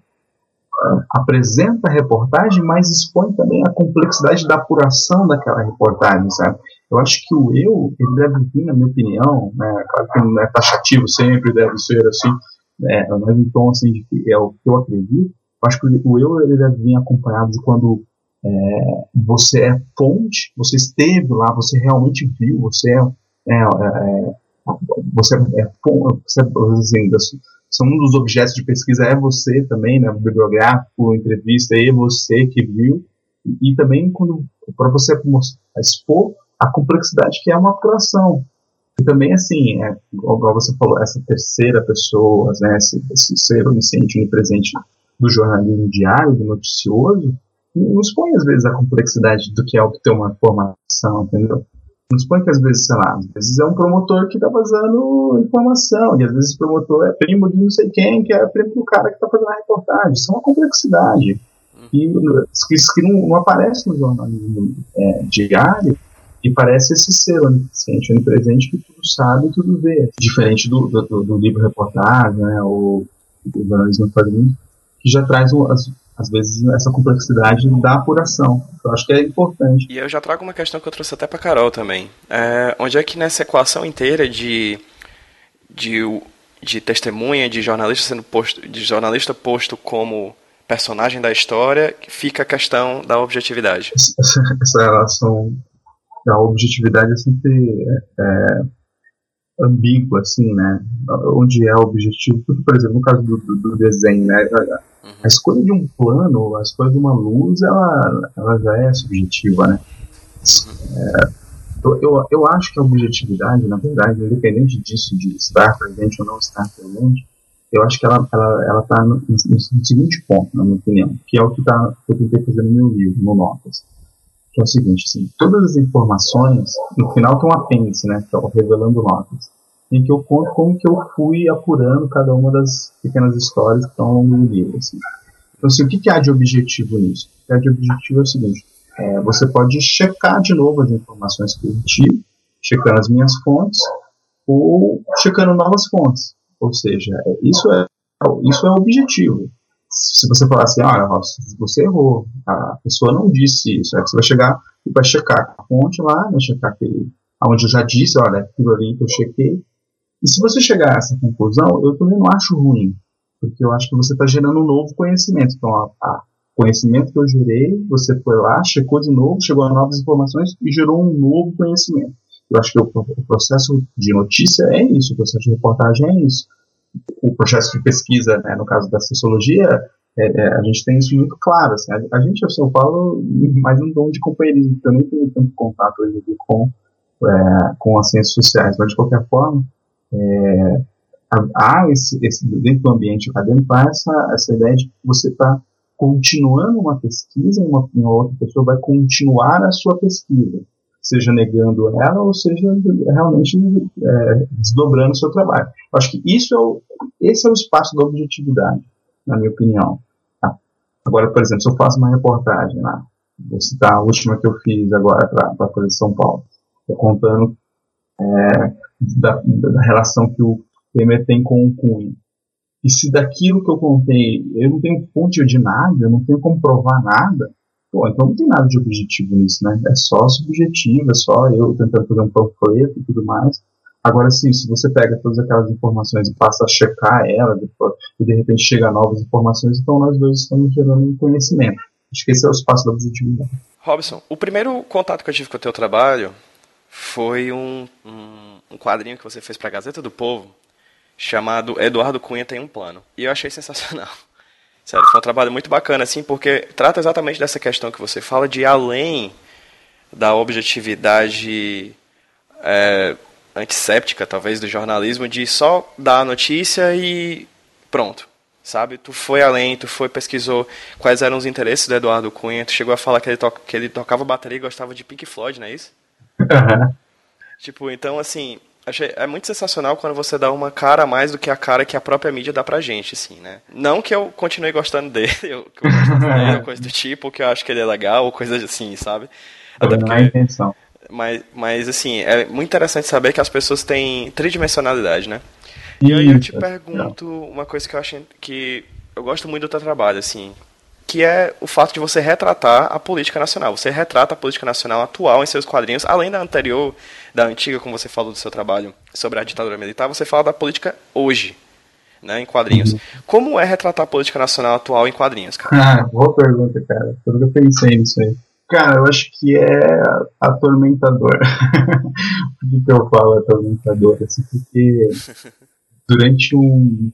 apresenta a reportagem, mas expõe também a complexidade da apuração daquela reportagem, sabe? Eu acho que o eu, ele deve vir, na minha opinião, né, claro que não é taxativo sempre, deve ser assim, né, mas em tom assim, de que é o que eu acredito. Eu acho que o eu, ele deve vir acompanhado de quando é, você é fonte, você esteve lá, você realmente viu, você é, é, é você é, você é assim, são um dos objetos de pesquisa é você também, né, bibliográfico, entrevista, é você que viu, e, e também quando para você expor a complexidade que é uma apuração. E também, assim, é, igual você falou, essa terceira pessoa, né, esse, esse ser onisciente, onipresente do jornalismo diário, do noticioso, nos põe, às vezes, a complexidade do que é obter uma informação, entendeu? Nos põe que, às vezes, sei lá, às vezes é um promotor que está vazando informação, e às vezes o promotor é primo de não sei quem, que é primo do cara que está fazendo a reportagem. Isso é uma complexidade. E isso que não, não aparece no jornalismo é, diário, e parece esse ser onisciente, onipresente, que tudo sabe e tudo vê. Diferente do, do, do livro-reportagem, né, ou do jornalismo em quadrinhos, que já traz, às, às vezes, essa complexidade da apuração. Eu acho que é importante. E eu já trago uma questão que eu trouxe até para Carol também. É, onde é que nessa equação inteira de, de, de testemunha, de jornalista sendo posto, de jornalista posto como personagem da história, fica a questão da objetividade? Essa, essa relação a objetividade é sempre é, ambígua, assim, né? Onde é o objetivo? Porque, por exemplo, no caso do, do, do desenho, né? A, uhum. a escolha de um plano, a escolha de uma luz, ela, ela já é subjetiva, né? Uhum. É, eu, eu, eu acho que a objetividade, na verdade, independente disso, de estar presente ou não estar presente, eu acho que ela ela ela está no, no, no seguinte ponto, na minha opinião, que é o que, tá, que eu tentei fazer no meu livro, no Notas. Que é o seguinte, assim, todas as informações, no final tem um apêndice, né, que é o Revelando Notas, em que eu conto como que eu fui apurando cada uma das pequenas histórias que estão ao longo do livro, assim. Então, assim, o que, que há de objetivo nisso? O que há de objetivo é o seguinte, é, você pode checar de novo as informações que eu tive, checando as minhas fontes, ou checando novas fontes, ou seja, isso é, isso é o objetivo. Se você falar assim, olha, ah, você errou, a pessoa não disse isso, aí você vai chegar e vai checar a fonte lá, vai checar aquele, onde eu já disse, olha, aquilo ali que eu chequei. E se você chegar a essa conclusão, eu também não acho ruim, porque eu acho que você está gerando um novo conhecimento. Então, a, a conhecimento que eu gerei, você foi lá, checou de novo, chegou a novas informações e gerou um novo conhecimento. Eu acho que o, o processo de notícia é isso, o processo de reportagem é isso. O processo de pesquisa, né, no caso da sociologia, é, é, a gente tem isso muito claro. Assim, a, a gente, eu falo, mais um dom de companheirismo, porque eu nem tenho tanto contato hoje com é, com as ciências sociais, mas de qualquer forma, é, há esse, esse, dentro do ambiente acadêmico, há essa, essa ideia de que você está continuando uma pesquisa, uma, uma outra pessoa vai continuar a sua pesquisa, seja negando ela ou seja realmente é, desdobrando o seu trabalho. Eu acho que isso é o, esse é o espaço da objetividade, na minha opinião. Tá? Agora, por exemplo, se eu faço uma reportagem lá, vou citar a última que eu fiz agora para a Folha de São Paulo, estou contando é, da, da relação que o Temer tem com o Cunha. E se daquilo que eu contei, eu não tenho fonte de nada, eu não tenho como provar nada, pô, então não tem nada de objetivo nisso, né? É só subjetivo, é só eu tentando fazer um panfleto e tudo mais. Agora sim, se você pega todas aquelas informações e passa a checar elas, e de repente chega a novas informações, então nós dois estamos gerando um conhecimento. Acho que esse é o espaço da objetividade. Robson, o primeiro contato que eu tive com o teu trabalho foi um, um, um quadrinho que você fez para a Gazeta do Povo, chamado Eduardo Cunha Tem um Plano. E eu achei sensacional. Sério, foi um trabalho muito bacana, assim, porque trata exatamente dessa questão que você fala, de ir além da objetividade é, antisséptica, talvez, do jornalismo, de só dar a notícia e pronto, sabe? Tu foi além, tu foi, pesquisou quais eram os interesses do Eduardo Cunha, tu chegou a falar que ele, to- que ele tocava bateria e gostava de Pink Floyd, não é isso? Uhum. Tipo, então, assim, achei, é muito sensacional quando você dá uma cara a mais do que a cara que a própria mídia dá pra gente, assim, né? Não que eu continue gostando dele, eu, que eu gosto dele, ou coisa do tipo, que eu acho que ele é legal, ou coisa assim, sabe? Até Não é a porque... intenção. Mas, mas, assim, é muito interessante saber que as pessoas têm tridimensionalidade, né? E aí eu te Isso. pergunto uma coisa que eu acho que eu gosto muito do teu trabalho, assim, que é o fato de você retratar a política nacional. Você retrata a política nacional atual em seus quadrinhos, além da anterior, da antiga, como você falou do seu trabalho sobre a ditadura militar, você fala da política hoje, né, em quadrinhos. Uhum. Como é retratar a política nacional atual em quadrinhos, cara? Ah, boa pergunta, cara. Tudo que eu pensei nisso aí. Cara, eu acho que é atormentador. Por que, que eu falo atormentador? Assim, porque durante um,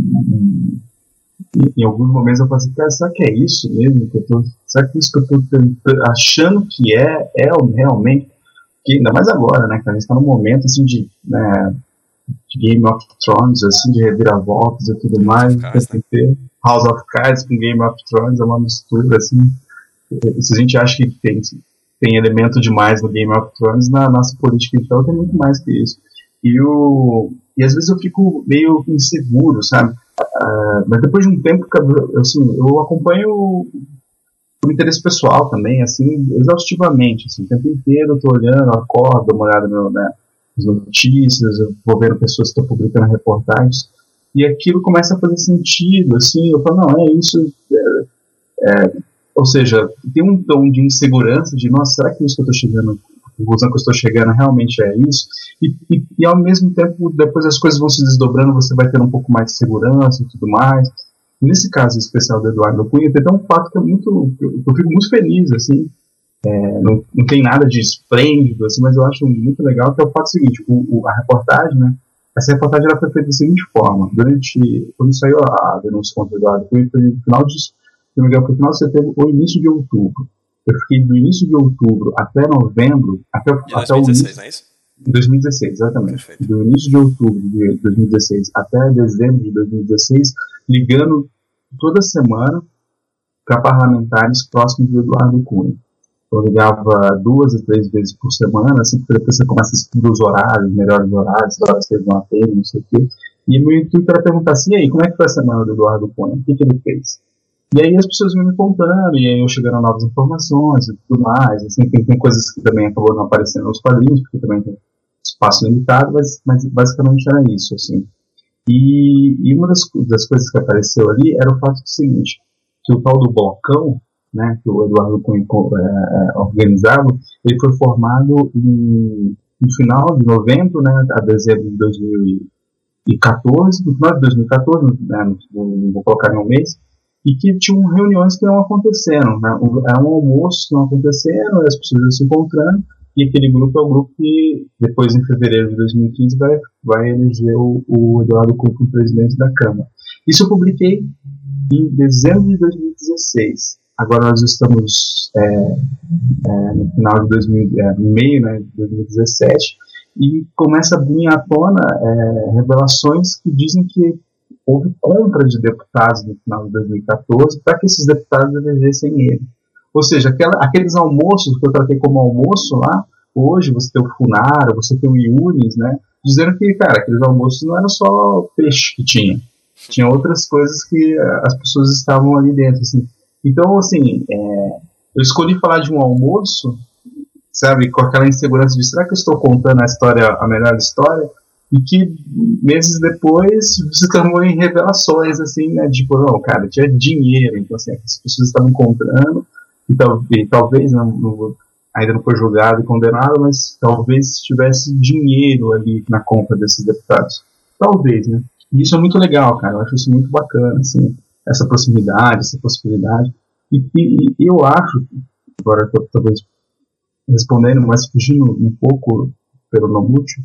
um em alguns momentos eu falei assim, cara, será que é isso mesmo que eu tô, será que é isso que eu tô tentando, achando que é, é realmente, que ainda mais agora, né, que a gente tá num momento, assim, de, né, de Game of Thrones, assim, de reviravoltas e tudo mais, Cards, né? House of Cards com Game of Thrones é uma mistura, assim, se a gente acha que tem, tem elemento demais no Game of Thrones, na nossa política então tem muito mais que isso. E, o, e às vezes eu fico meio inseguro, sabe? Uh, mas depois de um tempo, eu, assim, eu acompanho por interesse pessoal também, assim, exaustivamente, assim, o tempo inteiro eu tô olhando, eu acordo, dou uma olhada no, né, nas notícias, eu vou vendo pessoas que estão publicando reportagens, e aquilo começa a fazer sentido, assim, eu falo, não, é isso, é, é, ou seja, tem um tom de insegurança, de, nossa, será que isso que eu tô chegando, a conclusão que eu estou chegando realmente é isso? E, e, e ao mesmo tempo, depois as coisas vão se desdobrando, você vai ter um pouco mais de segurança e tudo mais. Nesse caso especial do Eduardo Cunha, tem até um fato que é muito, eu, eu fico muito feliz, assim, é, não, não tem nada de esplêndido, assim, mas eu acho muito legal, que é o fato seguinte, o, o, a reportagem, né, essa reportagem ela foi feita da seguinte forma, durante, quando saiu a denúncia contra o Eduardo Cunha, foi no final de, se não me engano, foi no final de setembro ou início de outubro. Eu fiquei do início de outubro até novembro, até, De até dois mil e o dezesseis, início, não é isso? em dois mil e dezesseis, exatamente. Perfeito. Do início de outubro de dois mil e dezesseis até dezembro de dois mil e dezesseis, ligando toda semana para parlamentares próximos do Eduardo Cunha. Eu ligava duas a três vezes por semana, assim, porque depois você começa a escrever os horários, melhores horários, horas que eles vão atender, não sei o quê. E meu intuito era perguntar assim, e aí, como é que foi a semana do Eduardo Cunha? O que, que ele fez? E aí as pessoas iam me contando, e aí eu chegando a novas informações e tudo mais. Assim, tem, tem coisas que também acabou não aparecendo nos quadrinhos, porque também tem espaço limitado, mas, mas basicamente era isso, assim. E, e uma das, das coisas que apareceu ali era o fato do seguinte, que o tal do blocão, né, que o Eduardo Cunha é, organizava, ele foi formado em, no final de novembro, né, a dezembro de dois mil e quatorze, no final de dois mil e quatorze, né, não vou colocar em um mês, e que tinham reuniões que não aconteceram, né, era um almoço que não aconteceram, as pessoas iam se encontrando, e aquele grupo é o grupo que, depois, em fevereiro de dois mil e quinze, vai, vai eleger o, o Eduardo Cunha como presidente da Câmara. Isso eu publiquei em dezembro de dois mil e dezesseis. agora nós estamos é, é, no final de dois mil, é, no meio, né, de dois mil e dezessete, e começa a vir à tona é, revelações que dizem que houve compra de deputados no final de dois mil e quatorze para que esses deputados elegessem ele. Ou seja, aquela, aqueles almoços que eu tratei como almoço lá, hoje você tem o Funara, você tem o Yunis, né, dizendo que, cara, aqueles almoços não era só peixe que tinha, tinha outras coisas que as pessoas estavam ali dentro, assim. Então, assim, é, eu escolhi falar de um almoço, sabe, com aquela insegurança de será que eu estou contando a história, a melhor história, e que meses depois se transformou em revelações, assim, né, tipo, não, cara, tinha dinheiro, então, assim, as pessoas estavam comprando, e, tal, e talvez, não, não, ainda não foi julgado e condenado, mas talvez tivesse dinheiro ali na compra desses deputados. Talvez, né? E isso é muito legal, cara, eu acho isso muito bacana, assim, essa proximidade, essa possibilidade. E, e, e eu acho, agora eu talvez respondendo, mas fugindo um pouco pelo Noguchi,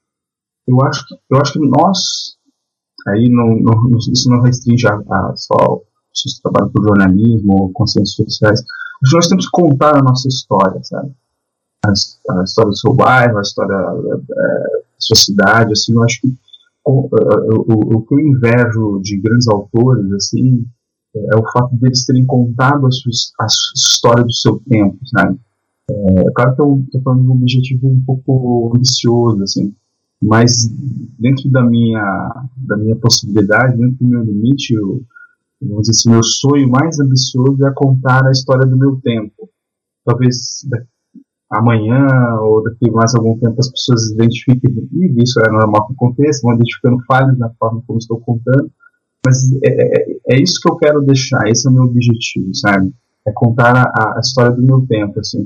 eu acho que, eu acho que nós, aí não, não, isso não restringe a, a só os que trabalham por jornalismo ou consciências sociais, mas nós temos que contar a nossa história, sabe? A, a história do seu bairro, a história da, da sua cidade, assim, eu acho que o, o, o que eu invejo de grandes autores, assim, é o fato deles terem contado a, sua, a história do seu tempo, sabe? É claro que eu estou falando de um objetivo um pouco ambicioso, assim, mas dentro da minha, da minha possibilidade, dentro do meu limite, eu, vamos dizer assim, meu sonho mais ambicioso é contar a história do meu tempo. Talvez amanhã ou daqui a mais algum tempo as pessoas identifiquem comigo, isso é normal que aconteça, vão identificando falhas na forma como estou contando, mas é, é, é isso que eu quero deixar, esse é o meu objetivo, sabe? É contar a, a história do meu tempo, assim.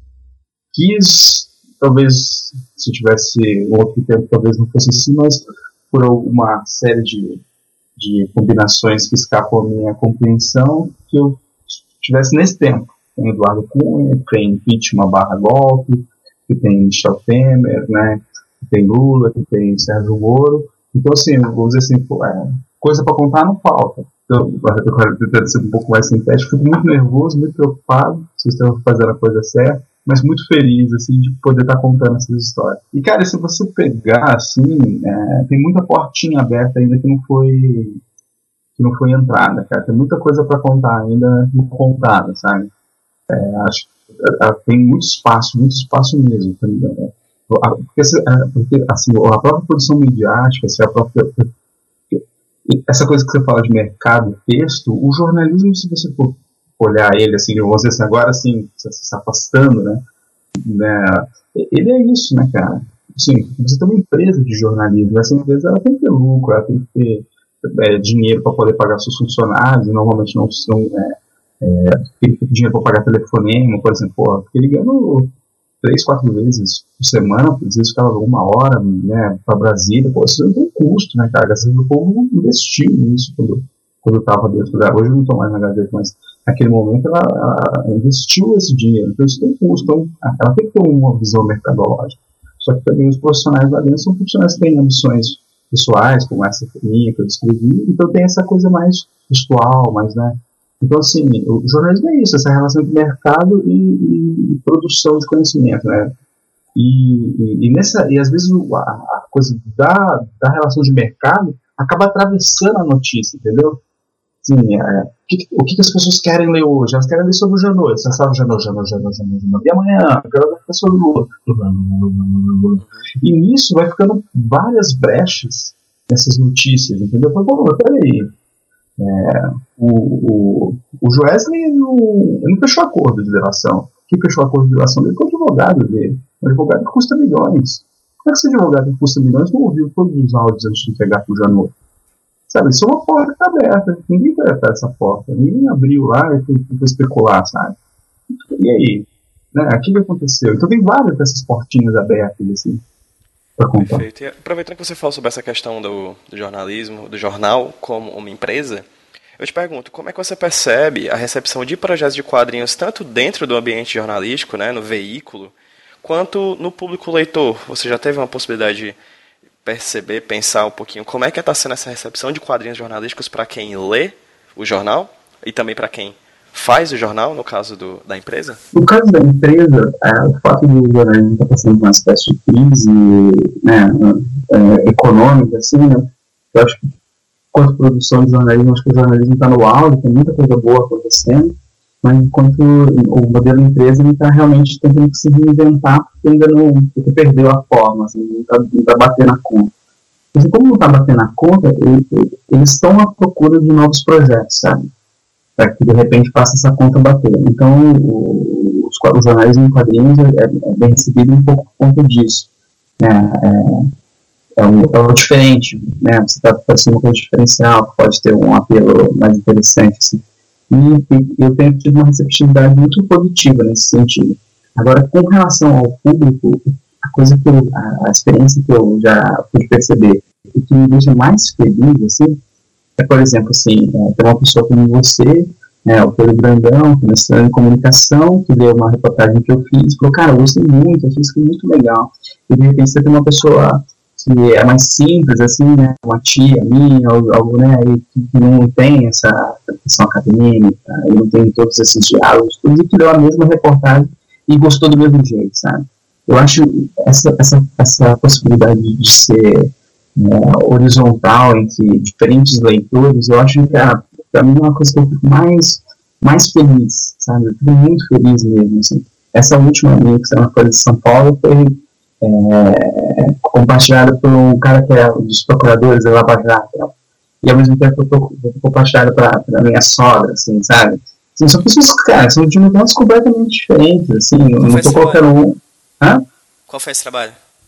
Quis, talvez, se tivesse um outro tempo, talvez não fosse assim, mas por uma série de, de combinações que escapam à minha compreensão, que eu tivesse nesse tempo. Tem Eduardo Cunha, tem impeachment barra golpe, que tem Michel Temer, né, que tem Lula, que tem Sérgio Moro. Então, assim, vou dizer assim, é, coisa para contar não falta. Então, eu quero tentar ser um pouco mais sintético. Fico muito nervoso, muito preocupado, se estão fazendo a coisa certa, mas muito feliz, assim, de poder estar contando essas histórias. E, cara, se você pegar, assim, é, tem muita portinha aberta ainda que não foi que não foi entrada, cara. Tem muita coisa para contar ainda não contada, sabe? É, acho que tem muito espaço, muito espaço mesmo. Porque, porque assim, a própria produção midiática, assim, a própria, essa coisa que você fala de mercado, texto, o jornalismo, se você for olhar ele, assim, vamos dizer assim, agora assim, se afastando, né, né, ele é isso, né, cara? Assim, você tem uma empresa de jornalismo, essa empresa ela tem que ter lucro, ela tem que ter é, dinheiro para poder pagar seus funcionários, e normalmente não são. É, É, tem dinheiro para pagar telefonema, por exemplo, pô, fiquei ligando três, quatro vezes por semana, às vezes ficava uma hora, né, para Brasília, pô, isso tem um custo, né, cara, assim, o povo investiu nisso quando, quando eu estava dentro da, hoje eu não estou mais na Gazeta, mas naquele momento ela, ela investiu esse dinheiro, então isso tem um custo, então ela tem que ter uma visão mercadológica, só que também os profissionais lá dentro são profissionais que têm ambições pessoais, como essa minha que eu descrevi, então tem essa coisa mais pessoal, mais, né. Então, assim, o jornalismo é isso, essa relação entre mercado e, e, e produção de conhecimento, né? E, e, e, nessa, e às vezes a, a coisa da, da relação de mercado acaba atravessando a notícia, entendeu? Assim, é, o, que, o que as pessoas querem ler hoje? Elas querem ler sobre o Janot, você sabe o Janot, Janot, Janot, Janot, Janot. E amanhã, eu quero ler sobre o Lula. E nisso vai ficando várias brechas nessas notícias, entendeu? Mas, bom, peraí. É, o, o, o Joesley não, não fechou acordo de delação. Quem fechou acordo de delação dele foi o advogado dele. Um advogado que custa milhões. Como é que esse advogado que custa milhões não ouviu todos os áudios antes de entregar para o Janot? Sabe, isso é uma porta que está aberta. Ninguém vai apertar essa porta. Ninguém abriu lá e foi, foi especular, sabe? E aí? Né, o que aconteceu? Então tem várias dessas portinhas abertas, assim. Perfeito. E aproveitando que você falou sobre essa questão do, do jornalismo, do jornal como uma empresa, eu te pergunto, como é que você percebe a recepção de projetos de quadrinhos tanto dentro do ambiente jornalístico, né, no veículo, quanto no público leitor? Você já teve uma possibilidade de perceber, pensar um pouquinho como é que está sendo essa recepção de quadrinhos jornalísticos para quem lê o jornal e também para quem faz o jornal, no caso do, da empresa? No caso da empresa, é, o fato do jornalismo estar passando por uma espécie de crise, né, é, econômica, assim, né, eu acho que, quanto produção de jornalismo, acho que o jornalismo está no auge, tem muita coisa boa acontecendo, mas enquanto o modelo empresa está realmente tentando se reinventar, porque ainda não porque perdeu a forma, assim, não está tá batendo a conta. Mas como não está batendo a conta, ele, eles estão à procura de novos projetos, sabe? Para que de repente faça essa conta bater. Então, o, o jornalismo em quadrinhos é, é bem recebido um pouco por conta disso. É, é, é, um, é um diferente, né? Você está fazendo uma coisa diferencial, que pode ter um apelo mais interessante, assim. E, e eu tenho tido uma receptividade muito positiva nesse sentido. Agora, com relação ao público, a coisa que eu, a, a experiência que eu já pude perceber e que me deixa mais feliz, assim, é, por exemplo, assim, é, tem uma pessoa como você, né, o Pedro Brandão, começando em comunicação, que leu uma reportagem que eu fiz, falou, cara, eu gostei muito, achei isso muito legal. E de repente você tem uma pessoa que é mais simples, assim, né, uma tia minha, ou algo, né, que não tem essa questão acadêmica, e não tem todos esses diálogos, tudo, e que leu a mesma reportagem e gostou do mesmo jeito, sabe? Eu acho essa, essa, essa possibilidade de ser é, horizontal entre diferentes leitores, eu acho que, para mim, é uma coisa que eu fico mais, mais feliz, sabe? Eu fico muito feliz mesmo, assim. Essa última minha, que saiu na Folha de São Paulo, foi é, compartilhada por um cara que é dos procuradores da Lava Jato, né? E ao mesmo tempo foi compartilhada para a minha sogra, assim, sabe? Assim, são pessoas, cara, são de universos completamente diferentes, assim, eu não estou colocando um... Hã? Qual foi esse trabalho?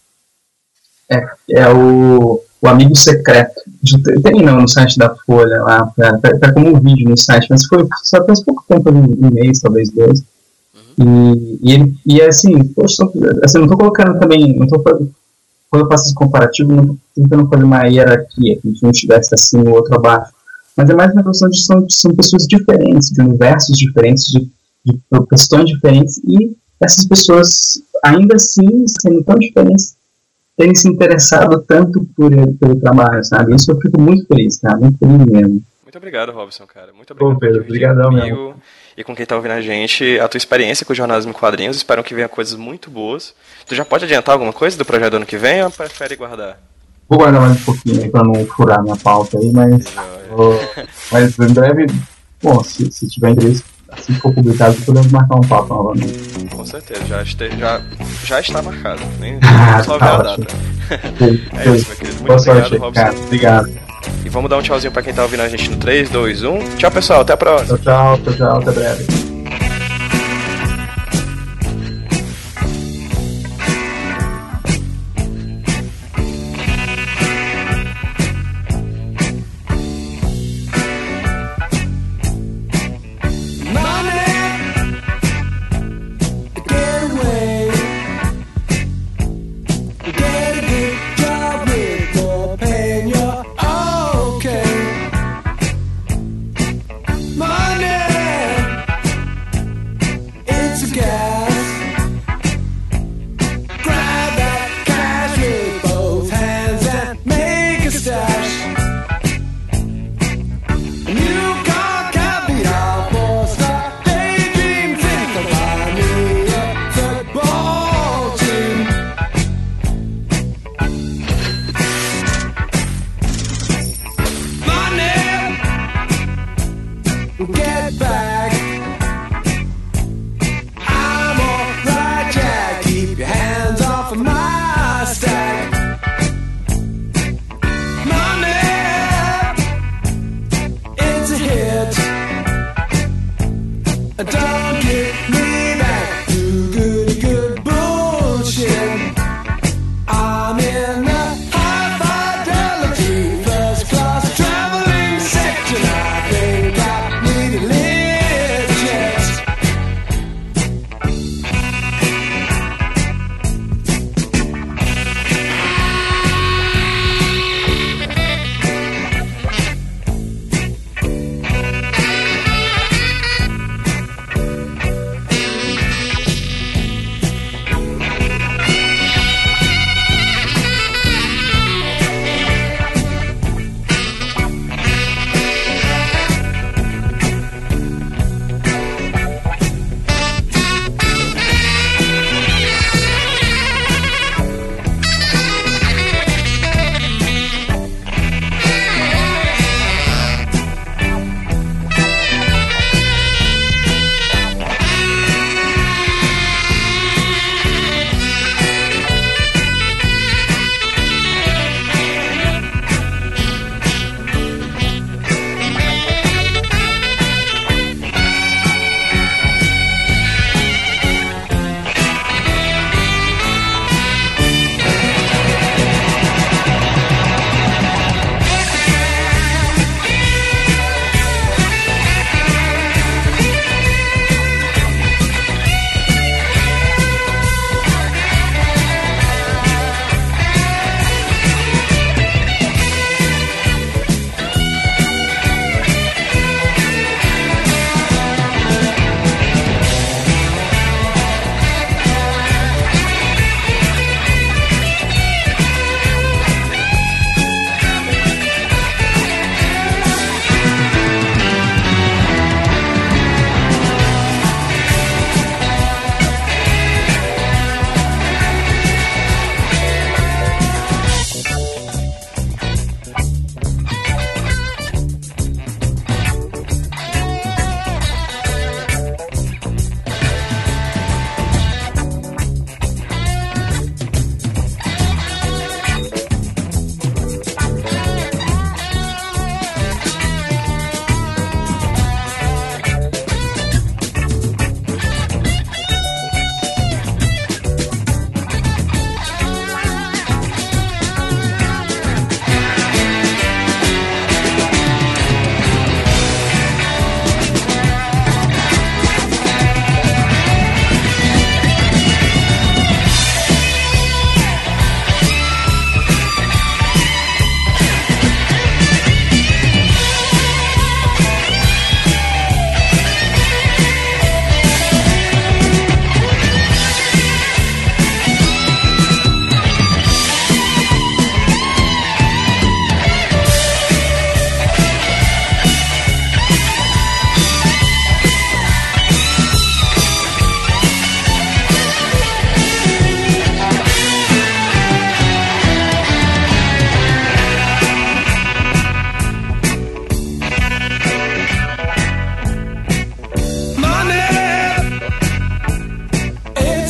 É, é o, o Amigo Secreto. Tem não, no site da Folha lá, tá, tá como um vídeo no site, mas foi só faz pouco tempo, um mês, talvez dois. Uhum. E, e, ele, e assim, poxa, assim, não tô colocando também, não tô fazendo, quando eu faço esse comparativo, não tô tentando fazer uma hierarquia, que a gente não estivesse assim, o outro abaixo. Mas é mais uma questão de são, são pessoas diferentes, de universos diferentes, de, de questões diferentes, e essas pessoas, ainda assim, sendo tão diferentes, terem se interessado tanto por ele, pelo trabalho, sabe? Isso eu fico muito feliz, cara, muito feliz mesmo. Muito obrigado, Robson, cara. Muito obrigado Ô, Pedro, por dividir obrigadão comigo mesmo. E com quem tá ouvindo a gente a tua experiência com o jornalismo em quadrinhos. Espero que venha coisas muito boas. Tu já pode adiantar alguma coisa do projeto do ano que vem ou prefere guardar? Vou guardar mais um pouquinho aí pra não furar minha pauta aí, mas, vou, mas em breve, bom, se, se tiver interesse, assim que for publicado, podemos marcar um papo novamente. Com certeza, já, este, já, já está marcado. Nem Ah, só ver tá a ótimo. data. É isso, meu querido. Muito Boa obrigado, sorte, Robson. cara. Obrigado. E vamos dar um tchauzinho pra quem tá ouvindo a gente no três, dois, um. Tchau, pessoal. Até a próxima. Tchau, tchau, tchau, tchau. Até breve.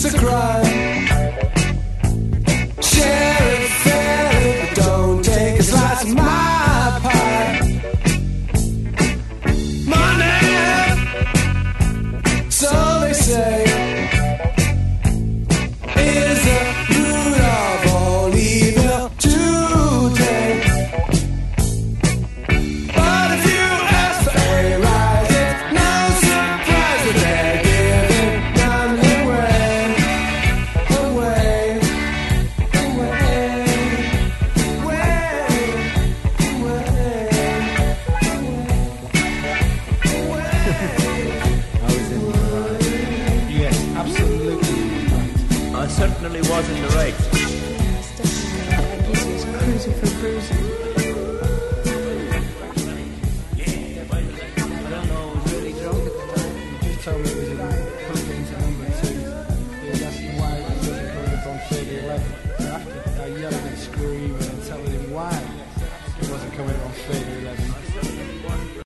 a crime. Share it fairly, but don't take a slice of my pie. Money, so they say, is the root of all evil today. But if you ask for a rise, it's no surprise that they're giving none away, away, away, away, I was in the right. Yes, absolutely right. I certainly was in the right. He was cruising for bruising. I don't know, I was really drunk at the time. He just told me it was in put into number two. He was asking why he wasn't coming up on thirty eleven. So after I yelling and screaming and telling him why he wasn't coming up on thirty